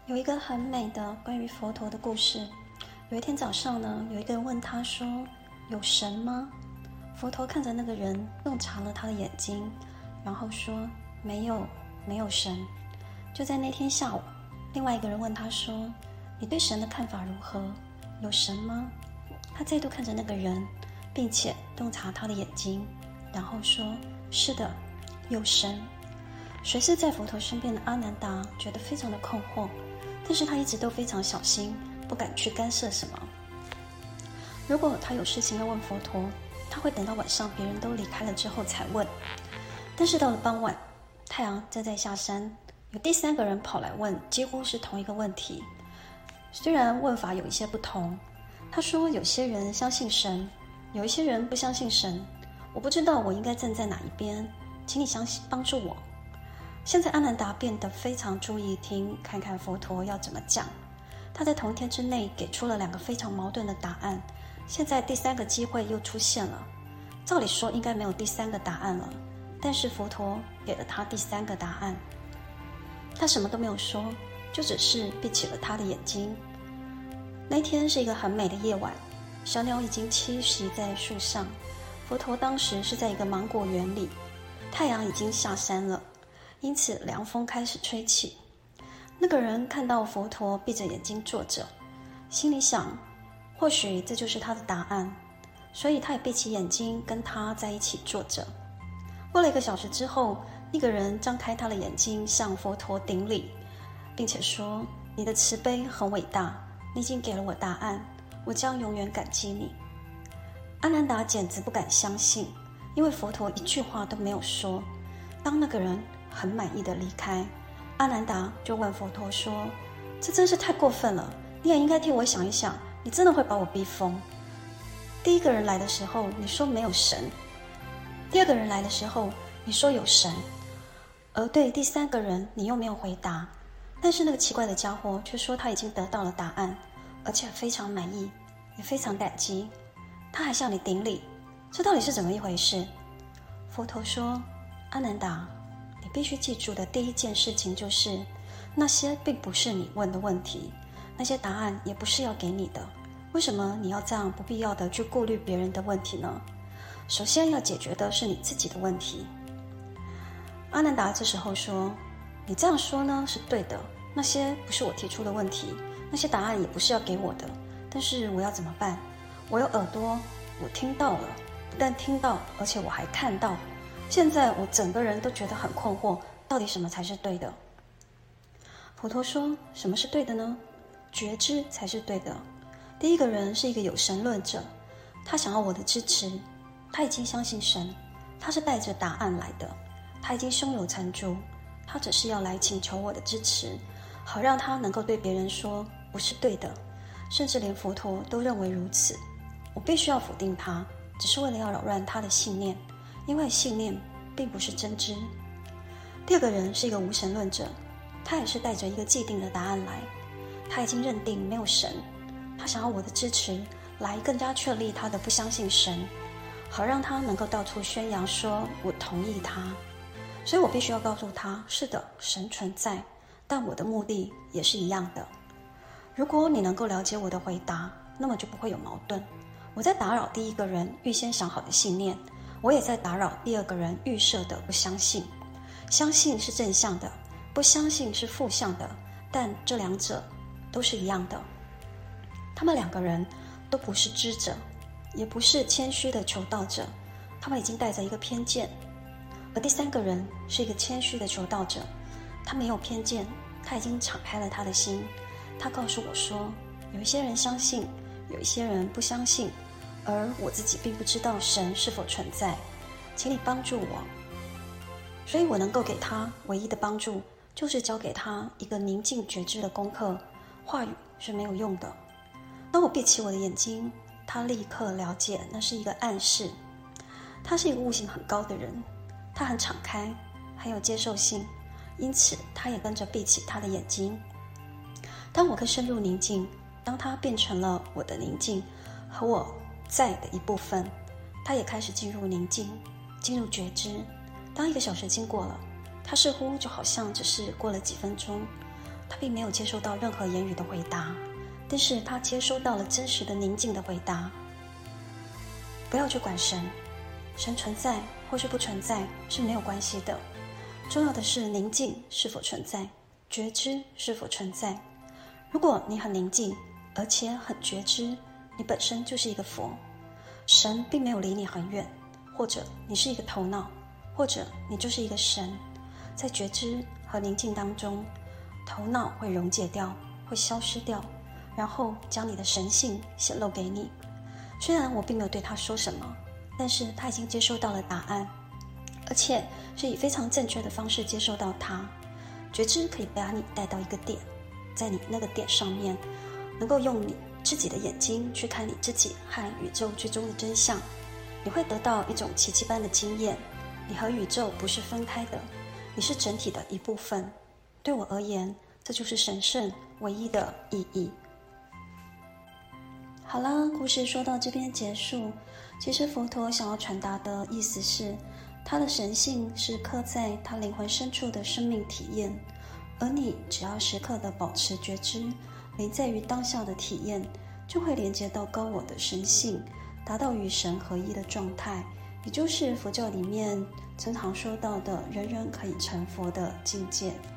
有一个很美的关于佛陀的故事。有一天早上呢，有一个人问他说：“有神吗？”佛陀看着那个人，弄长了他的眼睛，然后说：“没有，没有神。”就在那天下午，另外一个人问他说：“你对神的看法如何？有神吗？”他再度看着那个人，并且洞察他的眼睛，然后说：“是的，有神。”随侍在佛陀身边的阿难达觉得非常的困惑，但是他一直都非常小心，不敢去干涉什么。如果他有事情要问佛陀，他会等到晚上别人都离开了之后才问。但是到了傍晚，太阳正在下山，有第三个人跑来问，几乎是同一个问题，虽然问法有一些不同。他说有些人相信神，有一些人不相信神，我不知道我应该站在哪一边，请你帮助我。现在阿难达变得非常注意听，看看佛陀要怎么讲。他在同一天之内给出了2个非常矛盾的答案，现在第3个机会又出现了。照理说应该没有第3个答案了，但是佛陀给了他第3个答案。他什么都没有说，就只是闭起了他的眼睛。那天是一个很美的夜晚，小鸟已经栖息在树上。佛陀当时是在一个芒果园里，太阳已经下山了，因此凉风开始吹起。那个人看到佛陀闭着眼睛坐着，心里想，或许这就是他的答案，所以他也闭起眼睛跟他在一起坐着。过了1个小时之后，那个人张开他的眼睛向佛陀顶礼，并且说：“你的慈悲很伟大，你已经给了我答案，我将永远感激你。”阿难达简直不敢相信，因为佛陀一句话都没有说。当那个人很满意的离开，阿难达就问佛陀说：“这真是太过分了，你也应该替我想一想，你真的会把我逼疯。第一个人来的时候你说没有神，第2个人来的时候你说有神，而对第3个人你又没有回答，但是那个奇怪的家伙却说他已经得到了答案，而且非常满意，也非常感激，他还向你顶礼，这到底是怎么一回事？”佛陀说：“阿难达，你必须记住的第一件事情就是，那些并不是你问的问题，那些答案也不是要给你的。为什么你要这样不必要的去顾虑别人的问题呢？首先要解决的是你自己的问题。”阿难达这时候说：“你这样说呢是对的，那些不是我提出的问题，那些答案也不是要给我的，但是我要怎么办？我有耳朵，我听到了，不但听到，而且我还看到。现在我整个人都觉得很困惑，到底什么才是对的？”佛陀说：“什么是对的呢？觉知才是对的。第一个人是一个有神论者，他想要我的支持，他已经相信神，他是带着答案来的，他已经胸有成竹，他只是要来请求我的支持，好让他能够对别人说我是对的，甚至连佛陀都认为如此。我必须要否定他，只是为了要扰乱他的信念，因为信念并不是真知。第2个人是一个无神论者，他也是带着一个既定的答案来，他已经认定没有神，他想要我的支持，来更加确立他的不相信神，好让他能够到处宣扬说我同意他。所以我必须要告诉他，是的，神存在，但我的目的也是一样的。如果你能够了解我的回答，那么就不会有矛盾。我在打扰第1个人预先想好的信念，我也在打扰第2个人预设的不相信。相信是正向的，不相信是负向的，但这2者都是一样的。他们2个人都不是知者，也不是谦虚的求道者，他们已经带着一个偏见。而第3个人是一个谦虚的求道者，他没有偏见，他已经敞开了他的心。他告诉我说，有一些人相信，有一些人不相信，而我自己并不知道神是否存在，请你帮助我。所以我能够给他唯一的帮助，就是教给他一个宁静觉知的功课，话语是没有用的。当我闭起我的眼睛，他立刻了解那是一个暗示。他是一个悟性很高的人，他很敞开，很有接受性，因此他也跟着闭起他的眼睛。当我更深入宁静，当他变成了我的宁静和我在的一部分，他也开始进入宁静，进入觉知。当1个小时经过了，他似乎就好像只是过了几分钟， 他并没有接收到任何言语的回答，但是他接收到了真实的宁静的回答。不要去管神，神存在或是不存在是没有关系的，重要的是宁静是否存在，觉知是否存在。如果你很宁静，而且很觉知，你本身就是一个佛，神并没有离你很远，或者你是一个头脑，或者你就是一个神。在觉知和宁静当中，头脑会溶解掉，会消失掉，然后将你的神性显露给你。虽然我并没有对他说什么，但是他已经接收到了答案，而且是以非常正确的方式接收到它。觉知可以把你带到一个点，在你那个点上面，能够用你自己的眼睛去看你自己和宇宙最终的真相。你会得到一种奇迹般的经验，你和宇宙不是分开的，你是整体的一部分。对我而言，这就是神圣唯一的意义。好啦，故事说到这边结束。其实佛陀想要传达的意思是，他的神性是刻在他灵魂深处的生命体验，而你只要时刻的保持觉知，临在于当下的体验，就会连接到高我的神性，达到与神合一的状态，也就是佛教里面经常说到的人人可以成佛的境界。